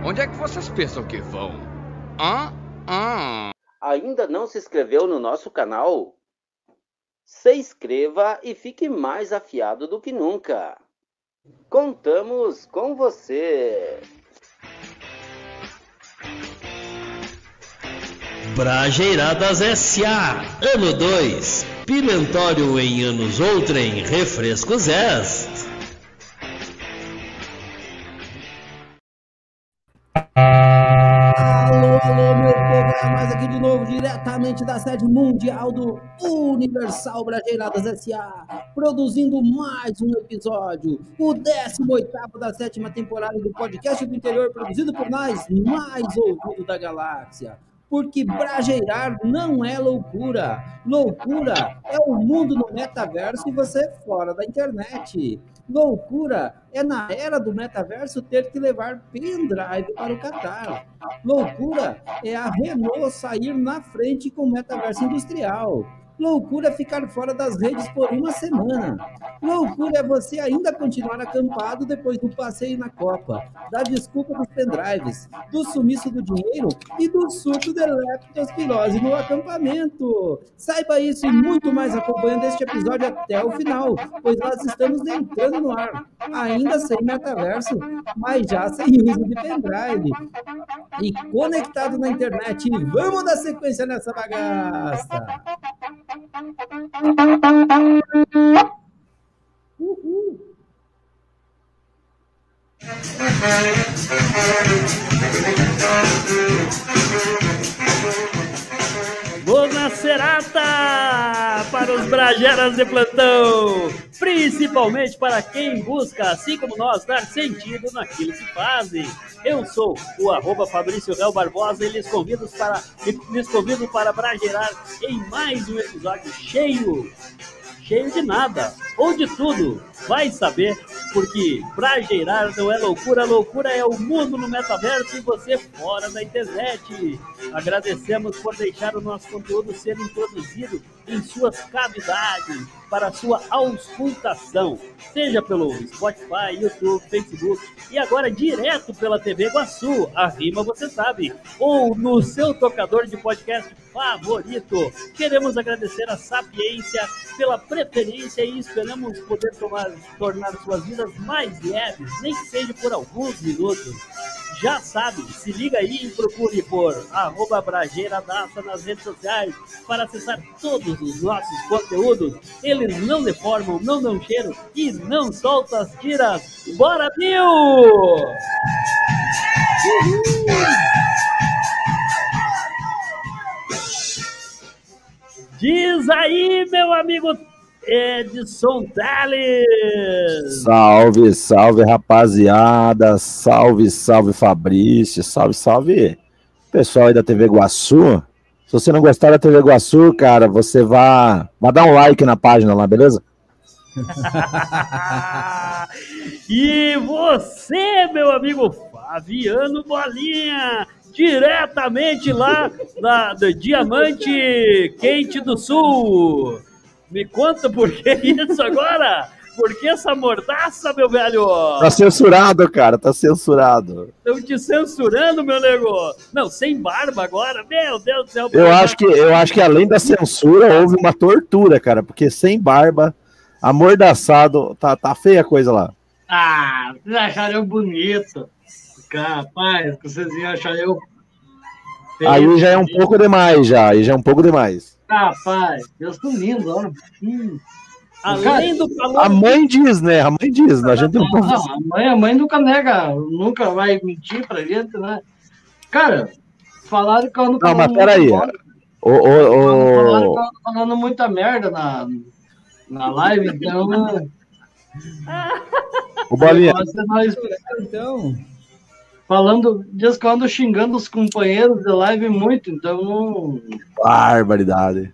Onde é que vocês pensam que vão? Ainda não se inscreveu no nosso canal? Se inscreva e fique mais afiado do que nunca. Contamos com você! Brajeiradas S.A. Ano 2. Pimentório em anos outrem, refrescos S. Alô, meu povo, é mais aqui de novo, diretamente da sede mundial do Universal Brajeiradas S.A., produzindo mais um episódio, o 18º da 7ª temporada do podcast do interior, produzido por nós, mais ouvido da galáxia. Porque brajeirar não é loucura. Loucura é o mundo no metaverso e você fora da internet. Loucura é na era do metaverso ter que levar pendrive para o Catar. Loucura é a Renault sair na frente com o metaverso industrial. Loucura é ficar fora das redes por uma semana. Loucura é você ainda continuar acampado depois do passeio na Copa, da desculpa dos pendrives, do sumiço do dinheiro e do surto de leptospirose no acampamento. Saiba isso e muito mais acompanhando este episódio até o final, pois nós estamos entrando no ar, ainda sem metaverso, mas já sem uso de pendrive. E conectado na internet, vamos dar sequência nessa bagaça! Uhul. Boa serata para os brajeras de plantão, principalmente para quem busca, assim como nós, dar sentido naquilo que fazem. Eu sou o @Fabrício Real Barbosa e lhes convido para brajeirar em mais um episódio cheio de nada, ou de tudo, vai saber, porque brajeirar não é loucura, loucura é o mundo no metaverso e você fora da internet. Agradecemos por deixar o nosso conteúdo ser introduzido em suas cavidades para sua auscultação, seja pelo Spotify, YouTube, Facebook e agora direto pela TV Iguaçu, a rima você sabe, ou no seu tocador de podcast favorito. Queremos agradecer a Sapiência pela preferência e esperamos poder tornar suas vidas mais leves, nem que seja por alguns minutos. Já sabe, se liga aí e procure por @Brajeiradaça nas redes sociais para acessar todos os nossos conteúdos. Eles não deformam, não dão cheiro e não soltam as tiras. Bora, Bill! Diz aí, meu amigo Edson Telles! Salve, salve, rapaziada! Salve, salve, Fabrício! Salve, salve, pessoal aí da TV Iguaçu! Se você não gostar da TV Iguaçu, cara, você vai dar um like na página lá, beleza? E você, meu amigo Fabiano Bolinha, diretamente lá do Diamante Quente do Sul. Me conta por que isso agora? Por que essa mordaça, meu velho? Tá censurado, cara, tá censurado. Estão te censurando, meu nego. Não, sem barba agora, meu Deus do céu. Eu acho que além da censura, houve uma tortura, cara, porque sem barba, amordaçado, tá feia a coisa lá. Ah, vocês acharam eu bonito. Capaz, vocês iam achar eu... Aí já é um pouco demais, Rapaz, eu sou lindo, ó. Além do calor... A mãe diz, né? A gente tem a mãe nunca nega, nunca vai mentir pra gente, né? Cara, falaram que eu ando falando... Não, mas peraí. Falaram que eu ando falando muita merda na live, então... O Bolinha... Então... Diz que eu ando xingando os companheiros de live muito, então... Barbaridade.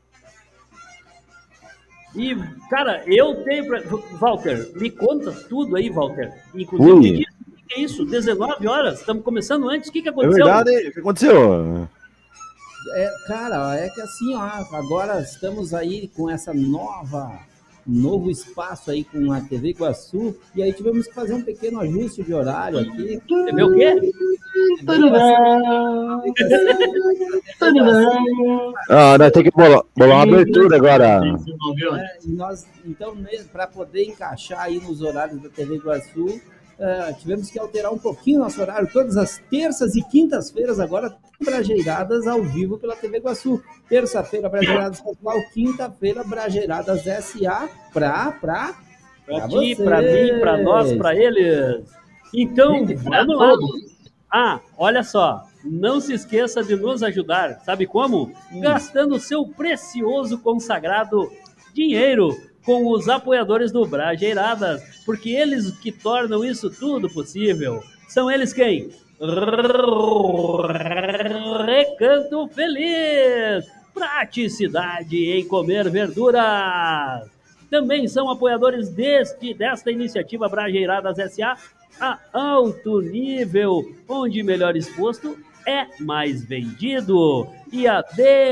E, cara, eu tenho... Walter, me conta tudo aí, Walter. Inclusive, o que é isso? 19 horas? Estamos começando antes. O que aconteceu? É verdade, o que aconteceu? Cara, é que assim, ó, agora estamos aí com essa novo espaço aí com a TV Iguaçu, e aí tivemos que fazer um pequeno ajuste de horário aqui. TV o quê? Nós temos que bolar uma abertura agora. Então, para poder encaixar aí nos horários da TV Iguaçu, tivemos que alterar um pouquinho nosso horário. Todas as terças e quintas-feiras agora Brajeiradas ao vivo pela TV Iguaçu. Terça-feira, Brajeiradas Casual. Quinta-feira, Brajeiradas SA pra ti, pra mim, pra nós, pra eles. Então, vamos lá. Olha só. Não se esqueça de nos ajudar. Sabe como? Gastando seu precioso consagrado dinheiro com os apoiadores do Brajeiradas, porque eles que tornam isso tudo possível. São eles quem? Recanto Feliz, praticidade em comer verduras. Também são apoiadores desta iniciativa Brajeiradas SA a alto nível, onde melhor exposto é mais vendido. E a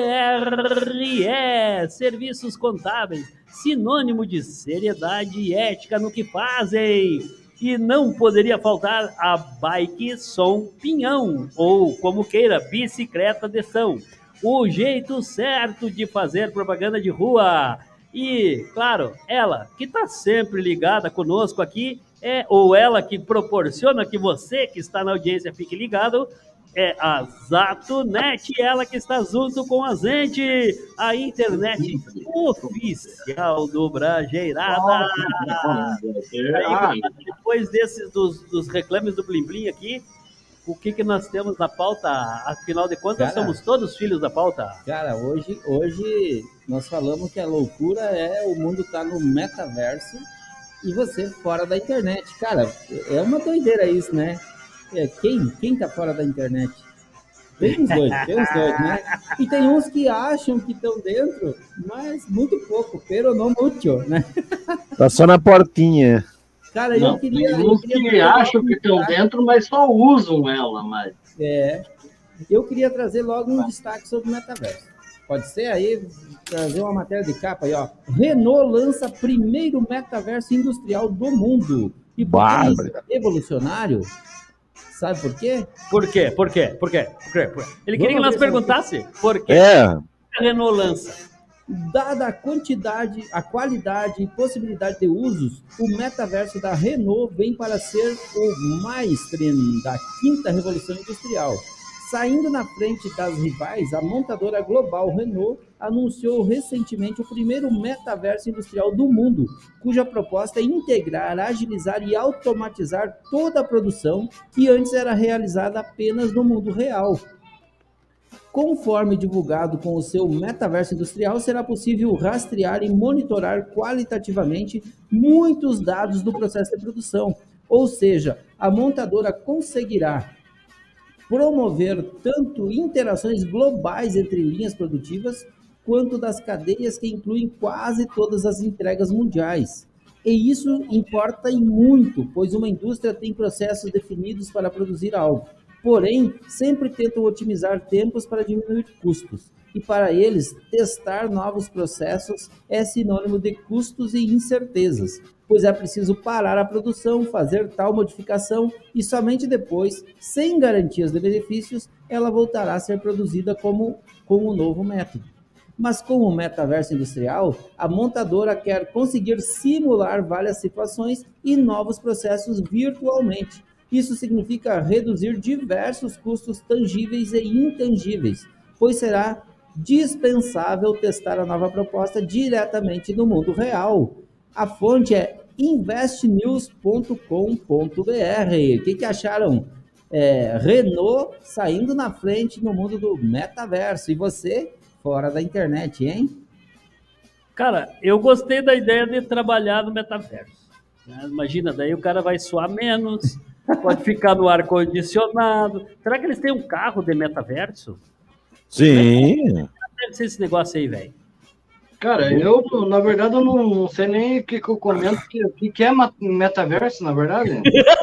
DRE, Serviços Contábeis, sinônimo de seriedade e ética no que fazem. E não poderia faltar a Bike Som Pinhão, ou como queira, Bicicleta de São. O jeito certo de fazer propaganda de rua. E, claro, ela que está sempre ligada conosco aqui, ou ela que proporciona que você que está na audiência fique ligado, é a Zatonet, ela que está junto com a gente, a internet oficial do Brajeirada. Aí, depois desses dos reclames do Blim Blim aqui, o que nós temos na pauta? Afinal de contas, somos todos filhos da pauta. Cara, hoje nós falamos que a loucura o mundo tá no metaverso e você fora da internet. Cara, é uma doideira isso, né? Quem tá fora da internet? Tem uns dois, né? E tem uns que acham que estão dentro, mas muito pouco, pero não muito, né? Tá só na portinha. Cara, eu queria acham que estão dentro, mas só usam ela, mas... Eu queria trazer logo um destaque sobre o metaverso. Pode ser aí, trazer uma matéria de capa aí, ó. Renault lança primeiro metaverso industrial do mundo. E por que revolucionário? Sabe por quê? Por quê? Ele queria que nós perguntasse por que a Renault lança. Dada a quantidade, a qualidade e possibilidade de usos, o metaverso da Renault vem para ser o mainstream da quinta revolução industrial. Saindo na frente das rivais, a montadora global Renault anunciou recentemente o primeiro metaverso industrial do mundo, cuja proposta é integrar, agilizar e automatizar toda a produção que antes era realizada apenas no mundo real. Conforme divulgado com o seu metaverso industrial, será possível rastrear e monitorar qualitativamente muitos dados do processo de produção, ou seja, a montadora conseguirá promover tanto interações globais entre linhas produtivas, quanto das cadeias que incluem quase todas as entregas mundiais. E isso importa e muito, pois uma indústria tem processos definidos para produzir algo. Porém, sempre tentam otimizar tempos para diminuir custos. E para eles, testar novos processos é sinônimo de custos e incertezas, pois é preciso parar a produção, fazer tal modificação e somente depois, sem garantias de benefícios, ela voltará a ser produzida com o novo método. Mas com o metaverso industrial, a montadora quer conseguir simular várias situações e novos processos virtualmente. Isso significa reduzir diversos custos tangíveis e intangíveis, pois será dispensável testar a nova proposta diretamente no mundo real. A fonte é investnews.com.br. O que acharam? Renault saindo na frente no mundo do metaverso. E você, fora da internet, hein? Cara, eu gostei da ideia de trabalhar no metaverso. Imagina, daí o cara vai suar menos, pode ficar no ar-condicionado. Será que eles têm um carro de metaverso? Sim. Deve ser esse negócio aí, velho. Cara, na verdade, eu não sei nem o que eu comento, o que é metaverso, na verdade.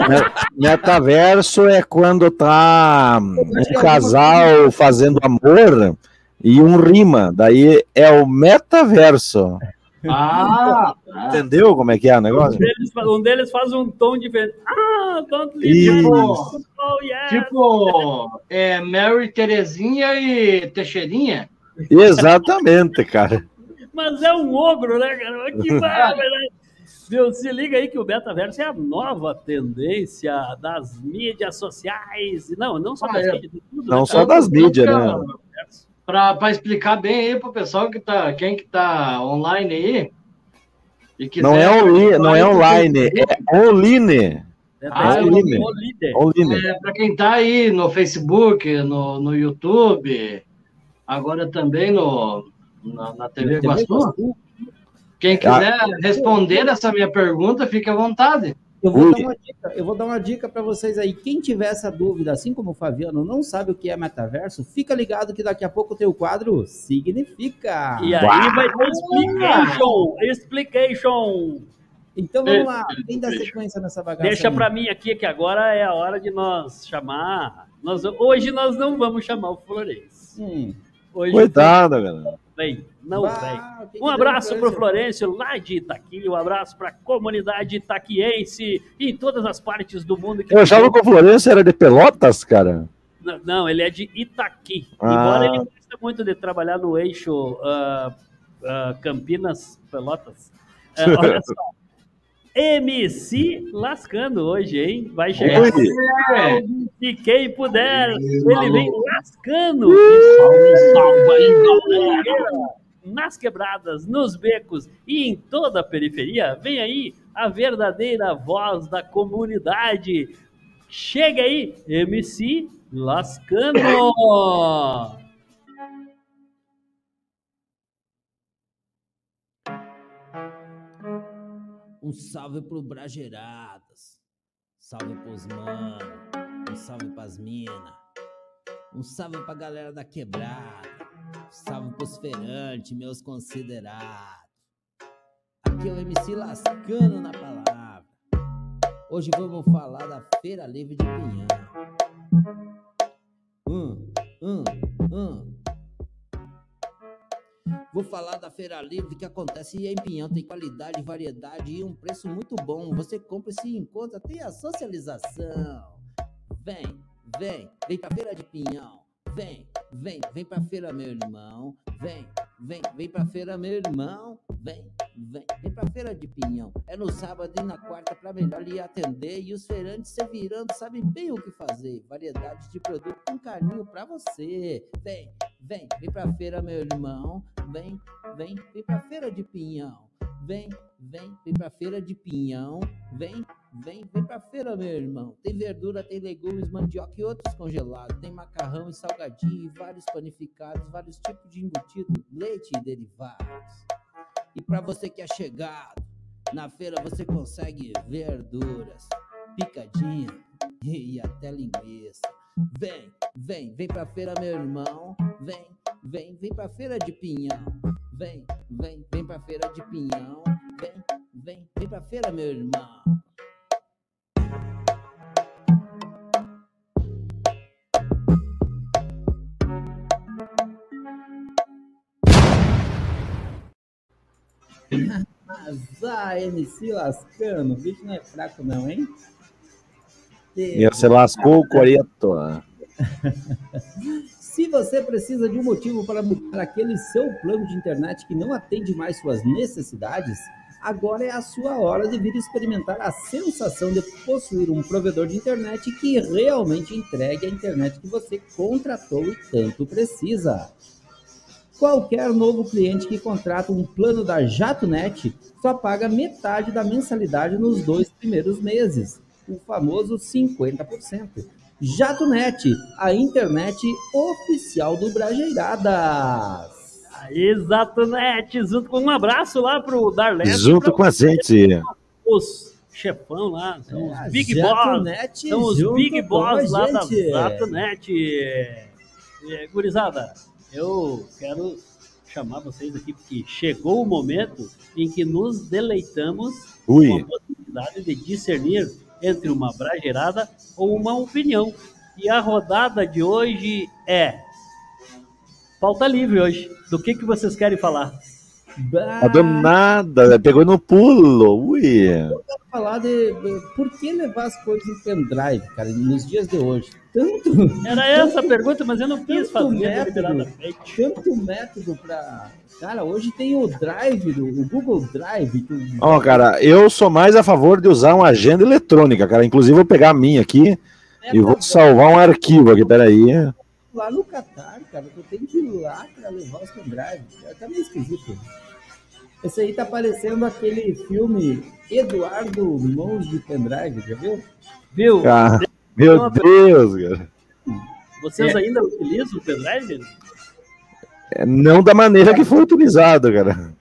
Metaverso é quando tá um casal fazendo amor e um rima, daí é o metaverso. Entendeu como é que é o negócio? Um deles faz um tom diferente. Don't Isso. Oh, yes. Tipo, Mary Terezinha e Teixeirinha. Exatamente, cara. Mas é um ogro, né, cara? Que bárbaro! Meu, se liga aí que o metaverso é a nova tendência das mídias sociais. Não só das mídias, de tudo. Não só das mídias, né? Para explicar bem aí pro pessoal quem que tá online aí. E quiser, não é online, é online. Online. Para quem tá aí no Facebook, no YouTube, agora também na TV Iguaçu. Quem quiser responder essa minha pergunta, fique à vontade. Eu vou dar uma dica para vocês aí. Quem tiver essa dúvida, assim como o Fabiano, não sabe o que é metaverso, fica ligado que daqui a pouco tem o quadro Significa. E aí vai ter explication. Então vamos lá, quem dá sequência nessa bagaça? Deixa para mim aqui, que agora é a hora de nós chamar. Hoje nós não vamos chamar o Florencio. Coitado, galera. Não vem. Um abraço para o Florencio, lá de Itaqui, um abraço para a comunidade itaquiense em todas as partes do mundo. Eu achava que o Florencio era de Pelotas, cara. Não, ele é de Itaqui. Embora ele gosta muito de trabalhar no eixo Campinas-Pelotas. Olha só. MC lascando hoje, hein? Vai chegar. Se quem puder, ele vem lascando. Salva aí, galera. Nas quebradas, nos becos e em toda a periferia, vem aí a verdadeira voz da comunidade. Chega aí, MC lascando. Um salve pro Brajeiradas, salve pros mano, um salve pras mina, um salve pra galera da quebrada, um salve pros feirantes, meus considerados. Aqui é o MC lascando na palavra. Hoje vamos falar da Feira Livre de Pinhão. Vou falar da Feira Livre que acontece em Pinhão, tem qualidade, variedade e um preço muito bom. Você compra e se encontra, tem a socialização. Vem pra Feira de Pinhão. Vem pra feira, meu irmão. Vem pra feira, meu irmão. Vem pra Feira de Pinhão. É no sábado e na quarta pra melhor lhe atender. E os feirantes se virando sabem bem o que fazer. Variedade de produto com carinho pra você. Vem pra feira, meu irmão. Vem pra Feira de Pinhão. Vem pra Feira de Pinhão. Vem pra feira, meu irmão. Tem verdura, tem legumes, mandioca e outros congelados. Tem macarrão e salgadinho e vários panificados, vários tipos de embutido, leite e derivados. E para você que é chegado, na feira você consegue verduras, picadinha e até linguiça. Vem pra feira, meu irmão. Vem pra Feira de Pinhão. Vem pra Feira de Pinhão. Vem pra feira, meu irmão. Azar, MC lascando. O bicho não é fraco não, hein? Você lascou o coreto. Se você precisa de um motivo para mudar aquele seu plano de internet que não atende mais suas necessidades, agora é a sua hora de vir experimentar a sensação de possuir um provedor de internet que realmente entregue a internet que você contratou e tanto precisa. Qualquer novo cliente que contrata um plano da JatoNet só paga metade da mensalidade nos 2 primeiros meses, o famoso 50%. JatoNet, a internet oficial do Brajeiradas. JatoNet, junto com um abraço lá pro Darlene. Junto com a gente. Os chefão lá, são os Big Boss. São os Big Boss lá da JatoNet. Gurizada, eu quero chamar vocês aqui porque chegou o momento em que nos deleitamos com a possibilidade de discernir entre uma brajeirada ou uma opinião. E a rodada de hoje é pauta livre hoje. Do que vocês querem falar? Tá dando nada, pegou no pulo. Ui. Eu quero falar de por que levar as coisas em pendrive, cara, nos dias de hoje. Era essa a pergunta, mas eu não quis fazer. Tanto método pra... Cara, hoje tem o Drive, o Google Drive. Cara, eu sou mais a favor de usar uma agenda eletrônica, cara. Inclusive, vou pegar a minha aqui e vou salvar um arquivo aqui, peraí. Lá no Catar, cara, tu tem que ir lá pra levar os pendrive. Tá meio esquisito. Esse aí tá parecendo aquele filme Eduardo Mãos de Pendrive, já viu? Viu? Meu Deus, cara. Vocês ainda utilizam o pendrive? Não da maneira que foi utilizado, cara.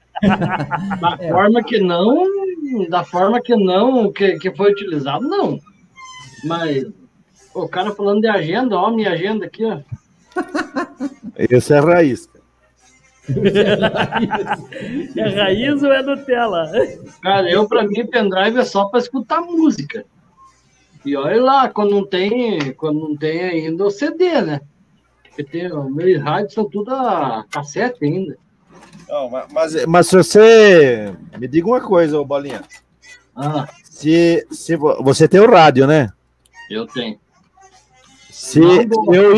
Da forma que foi utilizado, não. Mas o cara falando de agenda, ó, minha agenda aqui, ó. Esse é a raiz, cara. É raiz ou é Nutella? Cara, pra mim, pendrive é só pra escutar música. E olha lá, quando não tem ainda o CD, né? Porque os meus rádios são tudo a cassete ainda. Não, mas se você... Me diga uma coisa, ô Bolinha. Se você tem o rádio, né? Eu tenho. Se eu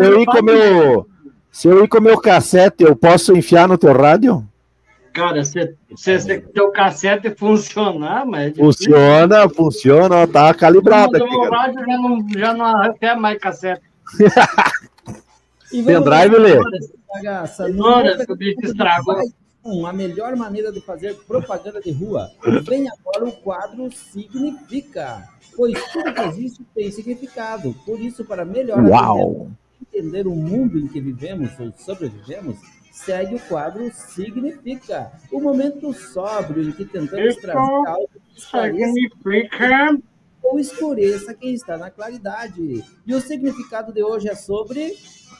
ir com meu cassete, eu posso enfiar no teu rádio? Cara, se teu cassete funcionar, mas... Funciona, tá calibrado aqui. O rádio já não recebe mais cassete. Pendrive, Lê. O bicho estragou. A melhor maneira de fazer propaganda de rua. Vem agora o quadro Significa, pois tudo que existe tem significado. Por isso, para melhorar entender o mundo em que vivemos ou sobrevivemos, segue o quadro Significa, o momento sóbrio em que tentamos trazer algo que esclareça ou escureça quem está na claridade. E o significado de hoje é sobre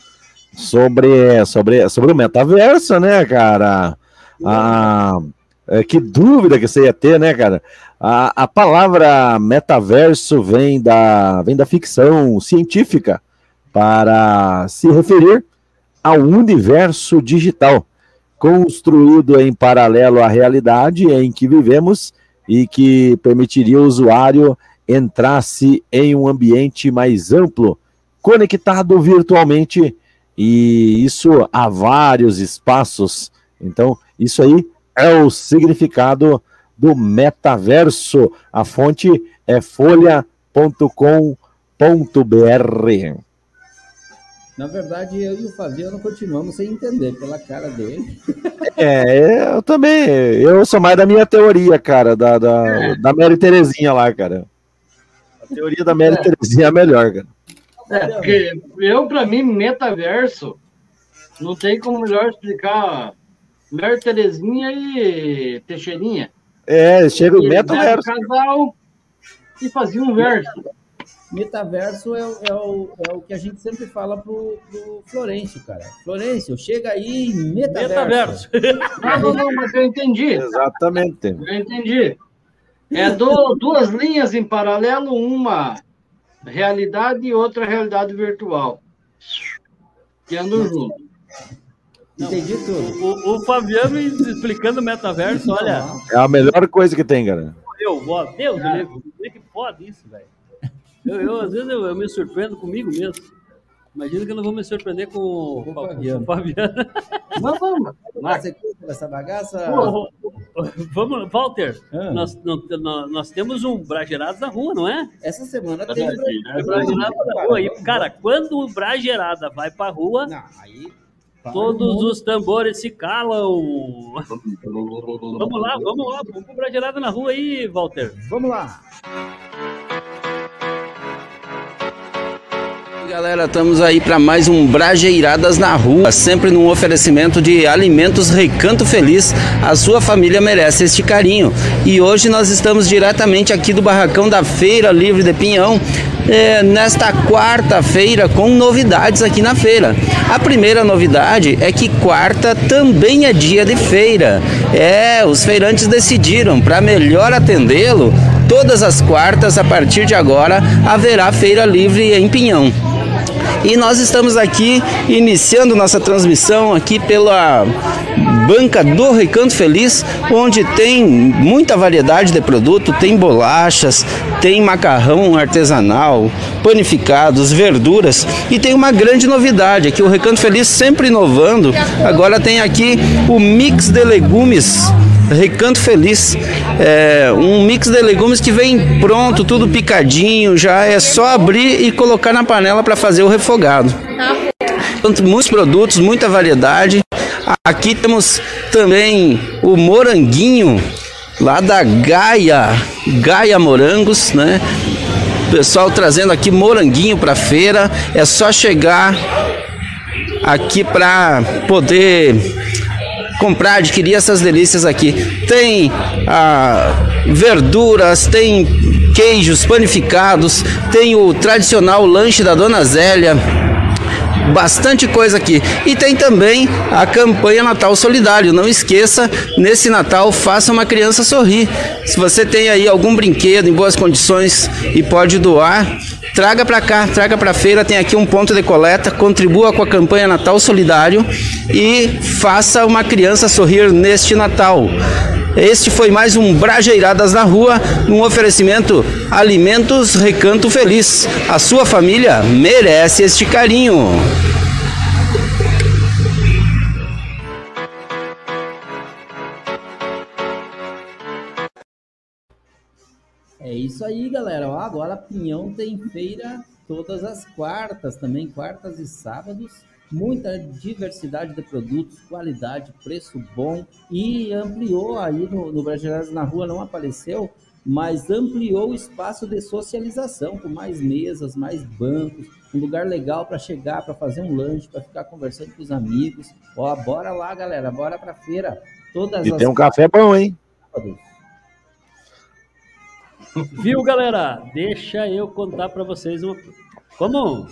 o metaverso, né, cara? Que dúvida que você ia ter, né, cara? A palavra metaverso vem da ficção científica para se referir ao universo digital, construído em paralelo à realidade em que vivemos e que permitiria ao usuário entrar-se em um ambiente mais amplo, conectado virtualmente, e isso há vários espaços. Então, isso aí é o significado do metaverso. A fonte é folha.com.br. Na verdade, eu e o Fabiano continuamos sem entender pela cara dele. Eu também. Eu sou mais da minha teoria, cara, da Mary Terezinha lá, cara. A teoria da Mary Terezinha é a melhor, cara. Porque pra mim, metaverso, não tem como melhor explicar Mary Terezinha e Teixeirinha. Chega o metaverso. Casal e fazia um verso. Metaverso é o que a gente sempre fala pro Florencio, cara. Florencio, chega aí em metaverso. Não, mas eu entendi. Exatamente. Eu entendi. Duas linhas em paralelo, uma realidade e outra realidade virtual. Que andam juntos. Entendi tudo. O Fabiano explicando o metaverso, olha... É a melhor coisa que tem, cara. Deus, como é que pode isso, velho? Às vezes eu me surpreendo comigo mesmo. Imagina que eu não vou me surpreender com o Fabiano. Vamos. Essa bagaça. Vamos, Walter. Nós temos um Brageiradas na rua, não é? Essa semana tem Brageiradas na rua. E, cara, quando o Brageirada vai pra rua, todos os tambores se calam. Vamos lá. Vamos pro Brageirada na rua aí, Walter. Vamos lá. Galera, estamos aí para mais um Brageiradas na Rua, sempre num oferecimento de Alimentos Recanto Feliz. A sua família merece este carinho. E hoje nós estamos diretamente aqui do barracão da Feira Livre de Pinhão, nesta quarta-feira, com novidades aqui na feira. A primeira novidade é que quarta também é dia de feira. Os feirantes decidiram, para melhor atendê-lo, todas as quartas, a partir de agora, haverá Feira Livre em Pinhão. E nós estamos aqui iniciando nossa transmissão aqui pela banca do Recanto Feliz, onde tem muita variedade de produto, tem bolachas, tem macarrão artesanal, panificados, verduras, e tem uma grande novidade aqui, o Recanto Feliz sempre inovando. Agora tem aqui o mix de legumes Recanto Feliz, um mix de legumes que vem pronto, tudo picadinho, já é só abrir e colocar na panela para fazer o refogado. Muitos produtos, muita variedade. Aqui temos também o moranguinho lá da Gaia Morangos, né? Pessoal trazendo aqui moranguinho para feira. É só chegar aqui para poder comprar, adquirir essas delícias aqui. Tem verduras, tem queijos panificados, tem o tradicional lanche da Dona Zélia. Bastante coisa aqui. E tem também a campanha Natal Solidário. Não esqueça, nesse Natal, faça uma criança sorrir. Se você tem aí algum brinquedo em boas condições e pode doar, traga para cá, traga para a feira. Tem aqui um ponto de coleta. Contribua com a campanha Natal Solidário e faça uma criança sorrir neste Natal. Este foi mais um Brajeiradas na Rua, um oferecimento Alimentos Recanto Feliz. A sua família merece este carinho. É isso aí, galera. Ó, agora Pinhão tem feira todas as quartas, também quartas e sábados. Muita diversidade de produtos, qualidade, preço bom, e ampliou aí no Brajeiradas na Rua, não apareceu, mas ampliou o espaço de socialização, com mais mesas, mais bancos, um lugar legal para chegar, para fazer um lanche, para ficar conversando com os amigos. Ó, bora lá, galera, bora pra feira. E tem um café bom, hein? Viu, galera? Deixa eu contar para vocês uma... Como?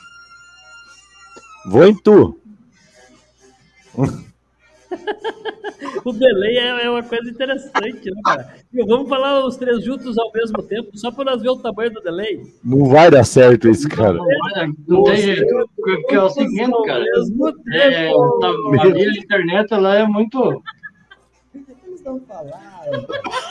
Vou em tu. O delay é uma coisa interessante, né, cara? Vamos falar os três juntos ao mesmo tempo, só para nós ver o tamanho do delay. Não vai dar certo isso, cara. Não tem jeito. Porque é o seguinte, cara. A internet ela é muito. Eles não falaram.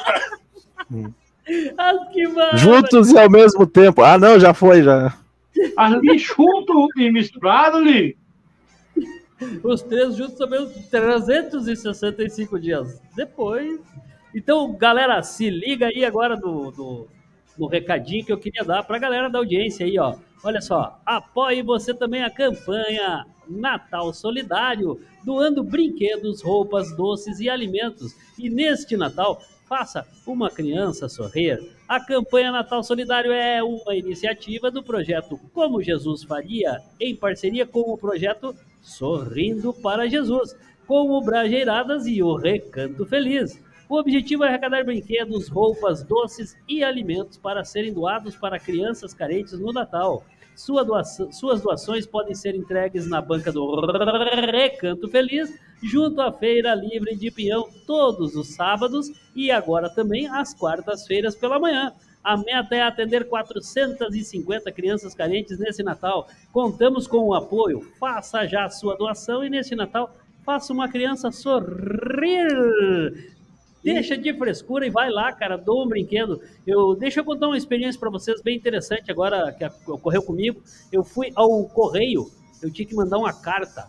Juntos e ao mesmo tempo. Ah, não, já foi, já. Ali junto e misturado ali. Os três juntos são mesmo 365 dias depois. Então, galera, se liga aí agora no recadinho que eu queria dar para a galera da audiência aí, ó. Olha só, apoie você também a campanha Natal Solidário, doando brinquedos, roupas, doces e alimentos. E neste Natal, faça uma criança sorrir. A campanha Natal Solidário é uma iniciativa do projeto Como Jesus Faria, em parceria com o projeto Sorrindo para Jesus, com o Brajeiradas e o Recanto Feliz. O objetivo é arrecadar brinquedos, roupas, doces e alimentos para serem doados para crianças carentes no Natal. Suas doações podem ser entregues na banca do Recanto Feliz, junto à Feira Livre de Pinhão, todos os sábados e agora também às quartas-feiras pela manhã. A meta é atender 450 crianças carentes nesse Natal. Contamos com o apoio. Faça já a sua doação e nesse Natal faça uma criança sorrir. Deixa de frescura e vai lá, cara, doa um brinquedo. Deixa eu contar uma experiência para vocês bem interessante agora que ocorreu comigo. Eu fui ao correio, eu tinha que mandar uma carta.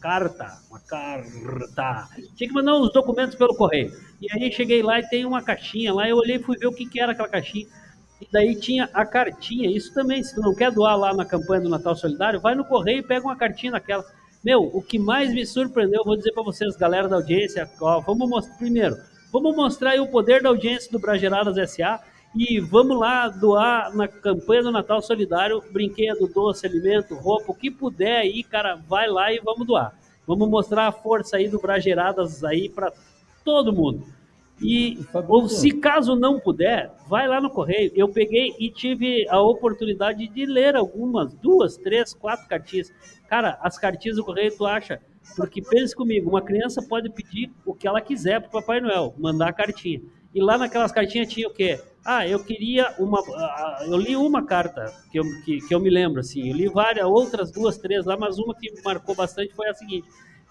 Tinha que mandar uns documentos pelo correio. E aí cheguei lá e tem uma caixinha lá, eu olhei e fui ver o que era aquela caixinha. E daí tinha a cartinha, isso também, se tu não quer doar lá na campanha do Natal Solidário, vai no correio e pega uma cartinha daquela. Meu, o que mais me surpreendeu, vou dizer para vocês, galera da audiência, ó, vamos mostrar aí o poder da audiência do Brajeiradas S.A. e vamos lá doar na campanha do Natal Solidário, brinquedo, doce, alimento, roupa, o que puder aí, cara, vai lá e vamos doar. Vamos mostrar a força aí do Brajeiradas aí para todo mundo. E ou se caso não puder, vai lá no correio. Eu peguei e tive a oportunidade de ler algumas, 2, 3, 4 cartinhas. Cara, as cartinhas do correio tu acha? Porque pense comigo, uma criança pode pedir o que ela quiser pro Papai Noel, mandar a cartinha. E lá naquelas cartinhas tinha o quê? Ah, eu queria eu li uma carta que eu me lembro, assim. Eu li várias, outras 2, 3 lá, mas uma que me marcou bastante foi a seguinte: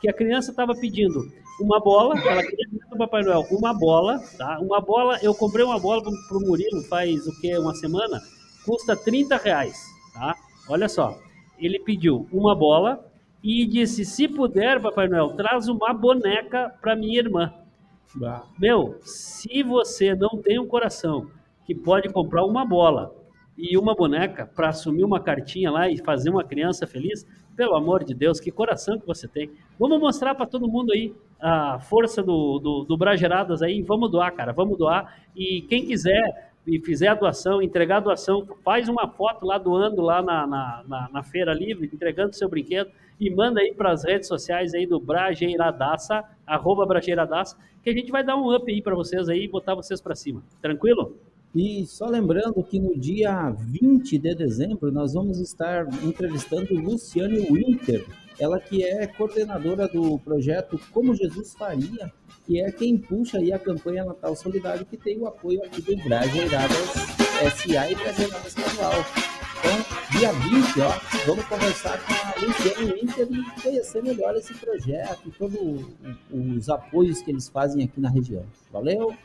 que a criança estava pedindo uma bola, ela queria dizer do Papai Noel uma bola, tá? Uma bola, eu comprei uma bola pro Murilo faz o quê? Uma semana, custa R$30, tá? Olha só, ele pediu uma bola e disse, se puder, Papai Noel, traz uma boneca para minha irmã. Meu, se você não tem um coração que pode comprar uma bola e uma boneca para assumir uma cartinha lá e fazer uma criança feliz, pelo amor de Deus, que coração que você tem. Vamos mostrar para todo mundo aí a força do Brageiradas aí, vamos doar, cara, vamos doar. E quem quiser e fizer a doação, entregar a doação, faz uma foto lá doando lá na Feira Livre, entregando seu brinquedo e manda aí para as redes sociais aí do Brageiradaça, @Brageiradaça, que a gente vai dar um up aí para vocês aí e botar vocês para cima. Tranquilo? E só lembrando que no dia 20 de dezembro nós vamos estar entrevistando Luciane Winter, ela que é coordenadora do projeto Como Jesus Faria, que é quem puxa aí a campanha Natal Solidário, que tem o apoio aqui do Brageiradas SA e Brageiradas Casual. Então, dia 20, ó, vamos conversar com a Luciane Winter e conhecer melhor esse projeto e todos os apoios que eles fazem aqui na região. Valeu!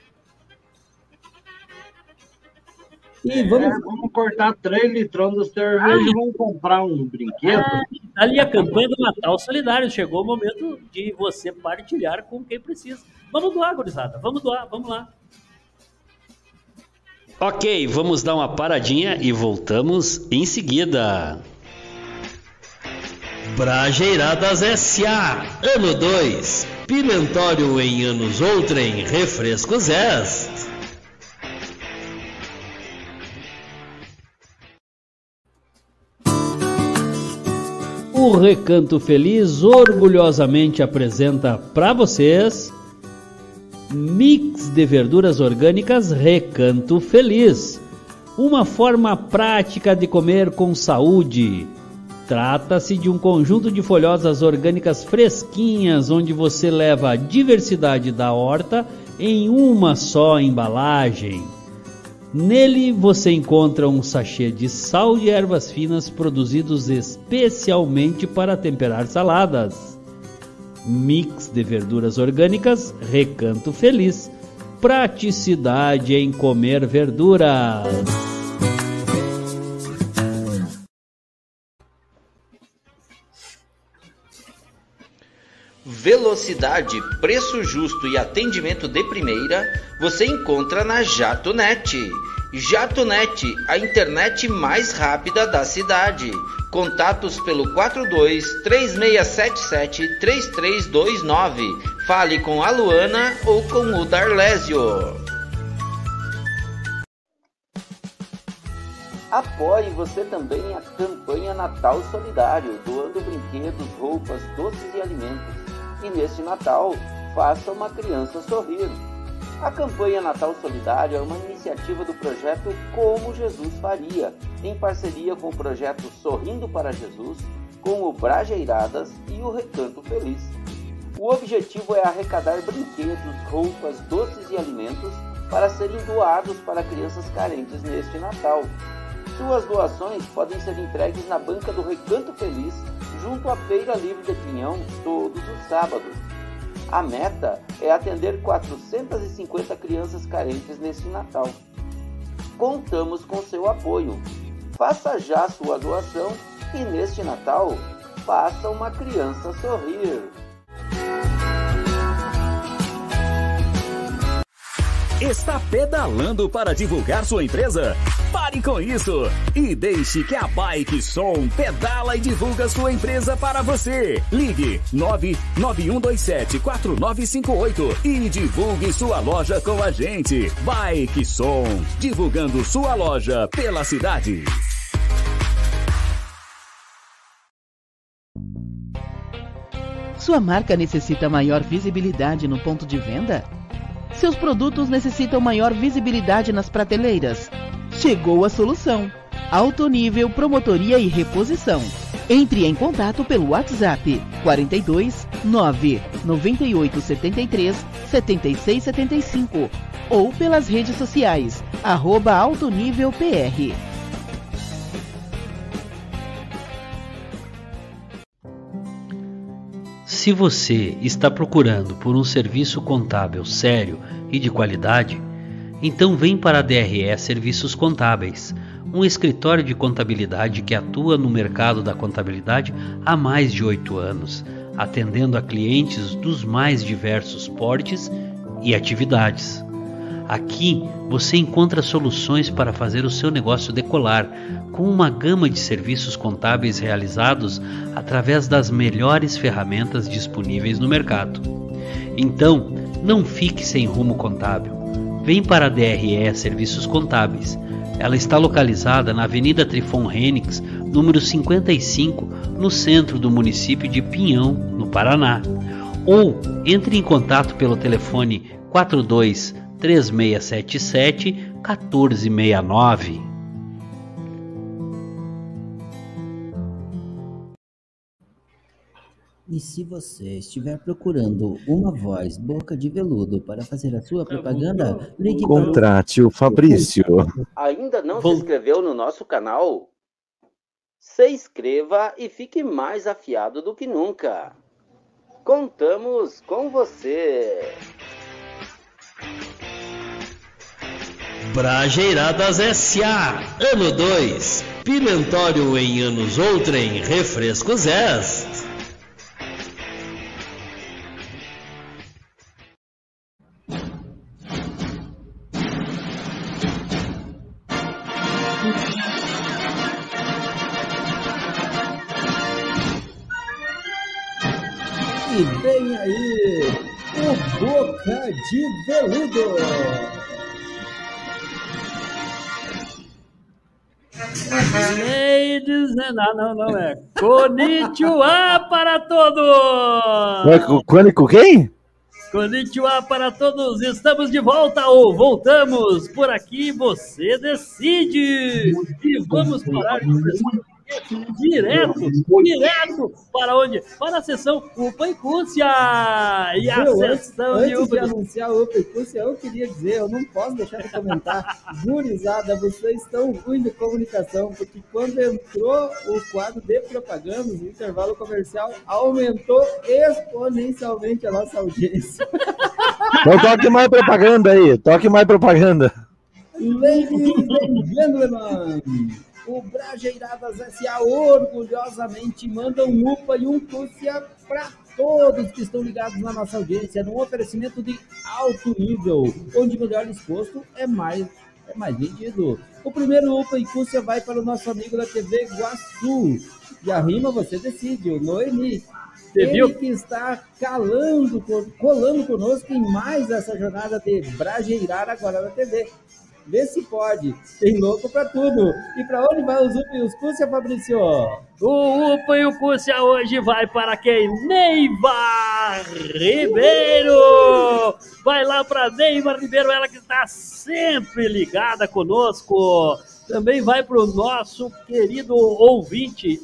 E vamos cortar 3 litrões do cerveja e vamos comprar um brinquedo. Ali a campanha do Natal Solidário. Chegou o momento de você partilhar com quem precisa. Vamos doar, gurizada. Vamos doar, vamos lá. Ok, vamos dar uma paradinha e voltamos em seguida. Brageiradas SA, ano 2. Pimentório em anos outrem, refrescos S. O Recanto Feliz orgulhosamente apresenta para vocês mix de verduras orgânicas Recanto Feliz, uma forma prática de comer com saúde. Trata-se de um conjunto de folhosas orgânicas fresquinhas, onde você leva a diversidade da horta em uma só embalagem. Nele você encontra um sachê de sal de ervas finas produzidos especialmente para temperar saladas. Mix de verduras orgânicas Recanto Feliz. Praticidade em comer verduras. Velocidade, preço justo e atendimento de primeira você encontra na JatoNet. JatoNet, a internet mais rápida da cidade. Contatos pelo 42-3677-3329. Fale com a Luana ou com o Darlésio. Apoie você também a campanha Natal Solidário, doando brinquedos, roupas, doces e alimentos. E neste Natal, faça uma criança sorrir. A campanha Natal Solidário é uma iniciativa do projeto Como Jesus Faria, em parceria com o projeto Sorrindo para Jesus, com o Brageiradas e o Recanto Feliz. O objetivo é arrecadar brinquedos, roupas, doces e alimentos para serem doados para crianças carentes neste Natal. Suas doações podem ser entregues na banca do Recanto Feliz, junto à Feira Livre de Pinhão, todos os sábados. A meta é atender 450 crianças carentes neste Natal. Contamos com seu apoio. Faça já sua doação e neste Natal, faça uma criança sorrir. Está pedalando para divulgar sua empresa? Pare com isso e deixe que a Bike Som pedala e divulga sua empresa para você. Ligue 991274958 e divulgue sua loja com a gente. Bike Som, divulgando sua loja pela cidade. Sua marca necessita maior visibilidade no ponto de venda? Seus produtos necessitam maior visibilidade nas prateleiras? Chegou a solução. Alto Nível Promotoria e Reposição. Entre em contato pelo WhatsApp 42 9 98 73 76 75 ou pelas redes sociais @altonívelpr. Se você está procurando por um serviço contábil sério e de qualidade, então vem para a DRE Serviços Contábeis, um escritório de contabilidade que atua no mercado da contabilidade há mais de 8 anos, atendendo a clientes dos mais diversos portes e atividades. Aqui você encontra soluções para fazer o seu negócio decolar, com uma gama de serviços contábeis realizados através das melhores ferramentas disponíveis no mercado. Então, não fique sem rumo contábil. Vem para a DRE Serviços Contábeis. Ela está localizada na Avenida Trifon Renix, número 55, no centro do município de Pinhão, no Paraná. Ou entre em contato pelo telefone 42-3677-1469. E se você estiver procurando uma voz boca de veludo para fazer a sua propaganda, ligue Contrate o Fabrício. Ainda não se inscreveu no nosso canal? Se inscreva e fique mais afiado do que nunca. Contamos com você. Brajeiradas S.A. Ano 2. Pimentório em anos outrem. Refrescos S. E vem aí o Boca de Veludo. Ladies and... Não é. Konnichiwa para todos! Com quem? Konnichiwa para todos! Estamos de volta ou voltamos? Por aqui você decide! E vamos parar de conversar direto para onde? Para a sessão Upa e Cúcia! E a sessão antes de anunciar o Upa e Cúcia, eu queria dizer, eu não posso deixar de comentar, gurizada, vocês estão ruim de comunicação, porque quando entrou o quadro de propagandas, o intervalo comercial aumentou exponencialmente a nossa audiência. Então toque mais propaganda aí, Ladies and gentlemen, o Brajeiradas S.A. orgulhosamente manda um UPA e um Cúcia para todos que estão ligados na nossa audiência, num oferecimento de alto nível, onde melhor exposto é mais vendido. O primeiro UPA e Cúcia vai para o nosso amigo da TV Guaçu. E a rima você decide, o Noemi. Ele que está colando conosco em mais essa jornada de Brajeirar agora na TV. Vê se pode, tem louco pra tudo. E pra onde vai os UPA e os Cúcia, Fabrício? O UPA e o Cúcia hoje vai para quem? Neiva Ribeiro! Vai lá para Neiva Ribeiro, ela que está sempre ligada conosco. Também vai para o nosso querido ouvinte,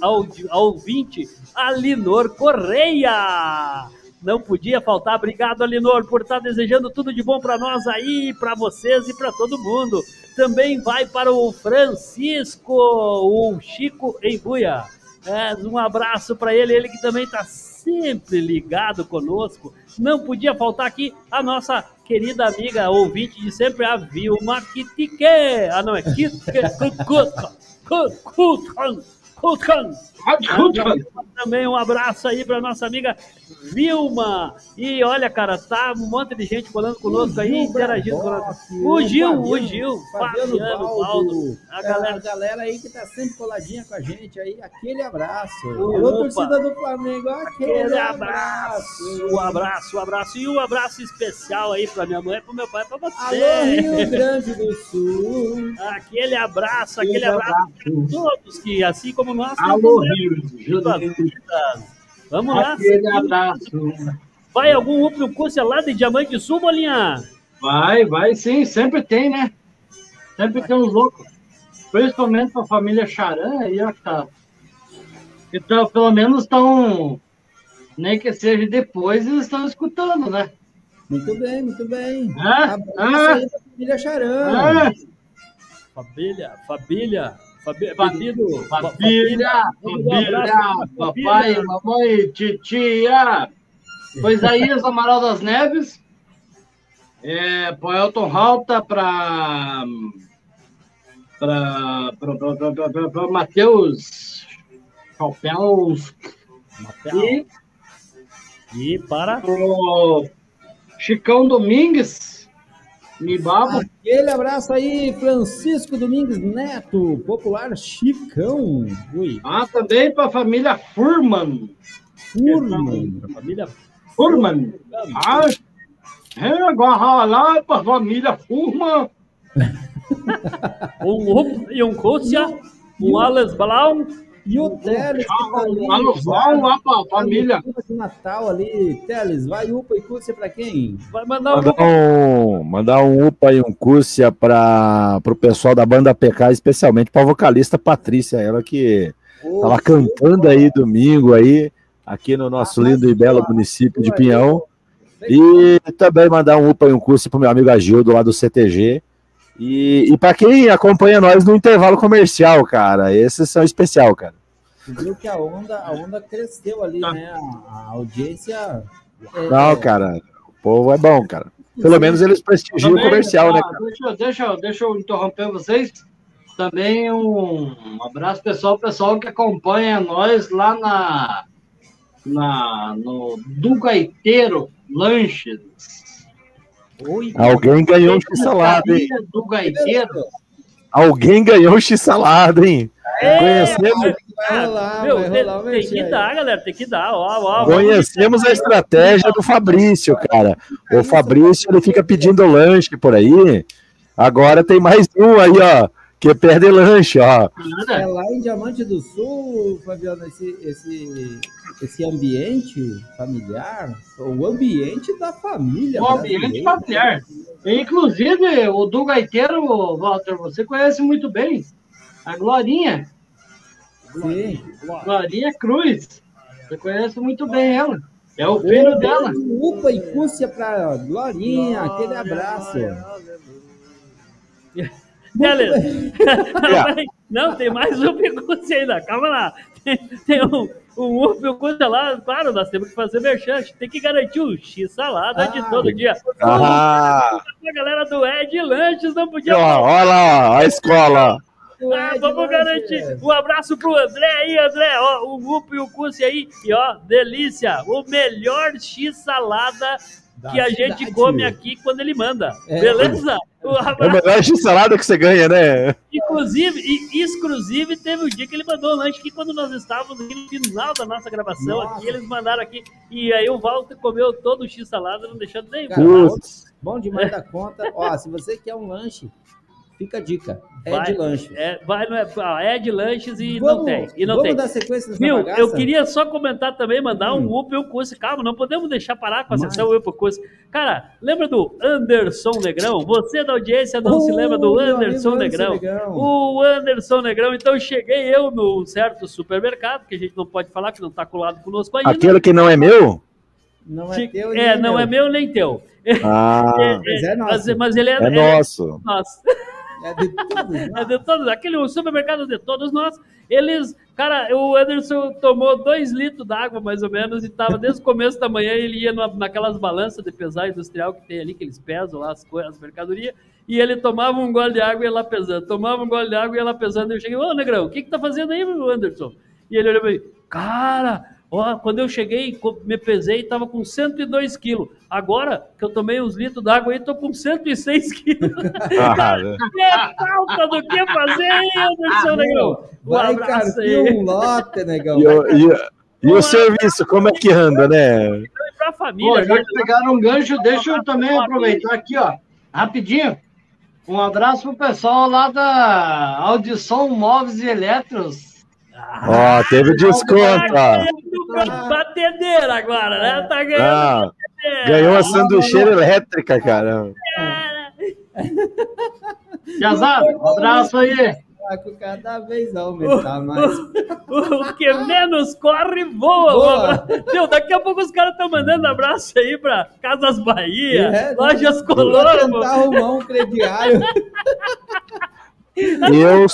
Alinor Correia. Não podia faltar. Obrigado, Alinor, por estar desejando tudo de bom para nós aí, para vocês e para todo mundo. Também vai para o Francisco, o Chico em Buia. Um abraço para ele que também está sempre ligado conosco. Não podia faltar aqui a nossa querida amiga ouvinte de sempre, a Vilma Kitike. Não, é Kitike. Também um abraço aí para nossa amiga Vilma. E olha, cara, tá um monte de gente colando conosco aí, interagindo conosco. O Gil, Fabiano Baldo. A galera aí que tá sempre coladinha com a gente aí, aquele abraço. Alô, torcida do Flamengo, aquele abraço. Um abraço. E um abraço especial aí pra minha mãe, pro meu pai, pra você. Alô, Rio Grande do Sul. Aquele abraço pra todos que, assim como nós, alô, Rio. Vamos lá. Aquele abraço. Vai algum outro curso lá de Diamante Sul, Bolinha? Vai sim, sempre tem, né? Sempre tem uns loucos. Principalmente pra família Charan, aí, ó, tá. Então, pelo menos estão, nem que seja depois, eles estão escutando, né? Muito bem. Abraço aí pra família Charan. Família, papai, mamãe, titia. Pro Isaías Amaral das Neves, pro Elton Rauta, para Matheus Chopels e para o Chicão Domingues, Mibaba. Aquele abraço aí, Francisco Domingues Neto, popular Chicão. Ui. Também para a família Furman. Família Furman. Agora lá para a família Furman. E um Kúcia, um Alex Balau. E o Teles, que tá ali. Lá para a família. De Natal ali. Teles, vai upa e Cúcia para quem? Vai mandar mandar um upa e um Cúcia para o pessoal da banda PK, especialmente para a vocalista Patrícia, ela que estava cantando aí domingo aí, aqui no nosso lindo e belo município de Pinhão. E também mandar um upa e um Cúcia para o meu amigo Agildo lá do CTG. E para quem acompanha nós no intervalo comercial, cara, esses são especial, cara. Você viu que a onda cresceu ali, né? A audiência... Não, cara, o povo é bom, cara. Pelo menos eles prestigiam o comercial, né, cara? Deixa eu interromper vocês. Também um abraço pessoal que acompanha nós lá no do Gaiteiro Lanches. Alguém ganhou um x-salada, hein? Do Gaiteiro. Alguém ganhou um x-salada, hein? Conhecemos... Vai rolar, tem que dar, galera, tem que dar. Conhecemos a estratégia do Fabrício, cara. O Fabrício, ele fica pedindo lanche por aí. Agora tem mais um aí, ó, que perde lanche, ó. É lá em Diamante do Sul, Fabiano, esse ambiente familiar, o ambiente da família. O ambiente familiar. Inclusive, o do Gaiteiro, Walter, você conhece muito bem. A Glorinha. Sim. Glorinha Cruz. Você conhece muito bem ela. É o filho dela. Upa e Cúcia pra Glorinha. Aquele abraço. Não, tem mais um Cúcia ainda. Calma lá. Tem um Cúcia lá. Claro, nós temos que fazer merchan. Tem que garantir o X-salada de todo dia. A galera do Ed Lanches não podia... Olha lá, a escola. Vamos garantir. Um abraço pro André aí, André. Ó, o Gupo e o Cúcia aí. E ó, delícia. O melhor X-salada que a gente come aqui quando ele manda. Beleza? É o melhor X-salada que você ganha, né? Exclusive, teve um dia que ele mandou um lanche aqui quando nós estávamos no final da nossa gravação. Aqui, eles mandaram aqui. E aí o Walter comeu todo o X-salada, não deixando nem. Bom demais da conta. Ó, se você quer um lanche, fica a dica. De Lanches. É de Lanches e vamos não tem. Dar sequência nessa Viu? bagaça? Eu queria só comentar também, mandar um up e um Cúcia. Calma, não podemos deixar parar com a sessão up e Cúcia. Cara, lembra do Anderson Negrão? Você da audiência não se lembra do Anderson Negrão? O Anderson Negrão. Então cheguei eu num certo supermercado, que a gente não pode falar, que não está colado conosco ainda. Aquele que não é meu? Não é teu, não é meu nem teu. Mas é nosso. Mas ele é nosso. Nosso. É de todos. É de todos. Aquele supermercado de todos nós. Eles, cara, o Anderson tomou 2 litros d'água, mais ou menos, e tava desde o começo da manhã, ele ia naquelas balanças de pesar industrial que tem ali, que eles pesam lá as mercadorias, e ele tomava um gole de água e ia lá pesando. Tomava um gole de água e ia lá pesando. E eu cheguei, ô, Negrão, o que tá fazendo aí, meu Anderson? E ele olhou pra mim, cara... Ó, quando eu cheguei, me pesei, estava com 102 quilos. Agora que eu tomei uns litros d'água aí, estou com 106 quilos. É falta do que fazer, Anderson, Negão. Vai, cara, um lote, Negão. E o serviço, como é que anda, né? Pra família. Já que pegaram um gancho, deixa eu também aproveitar aqui, ó, rapidinho. Um abraço pro pessoal lá da Audição Móveis e Eletros. Ó, teve desconto, ó. Batedeira agora, né? Tá ganhando. Ganhou a sanduicheira elétrica, cara. Piazada, um abraço aí. Cada vez aumentar mais. O que menos corre, voa. Meu, daqui a pouco os caras estão mandando abraço aí pra Casas Bahia, Lojas Colombo. Vou tentar arrumar um crediário. Eu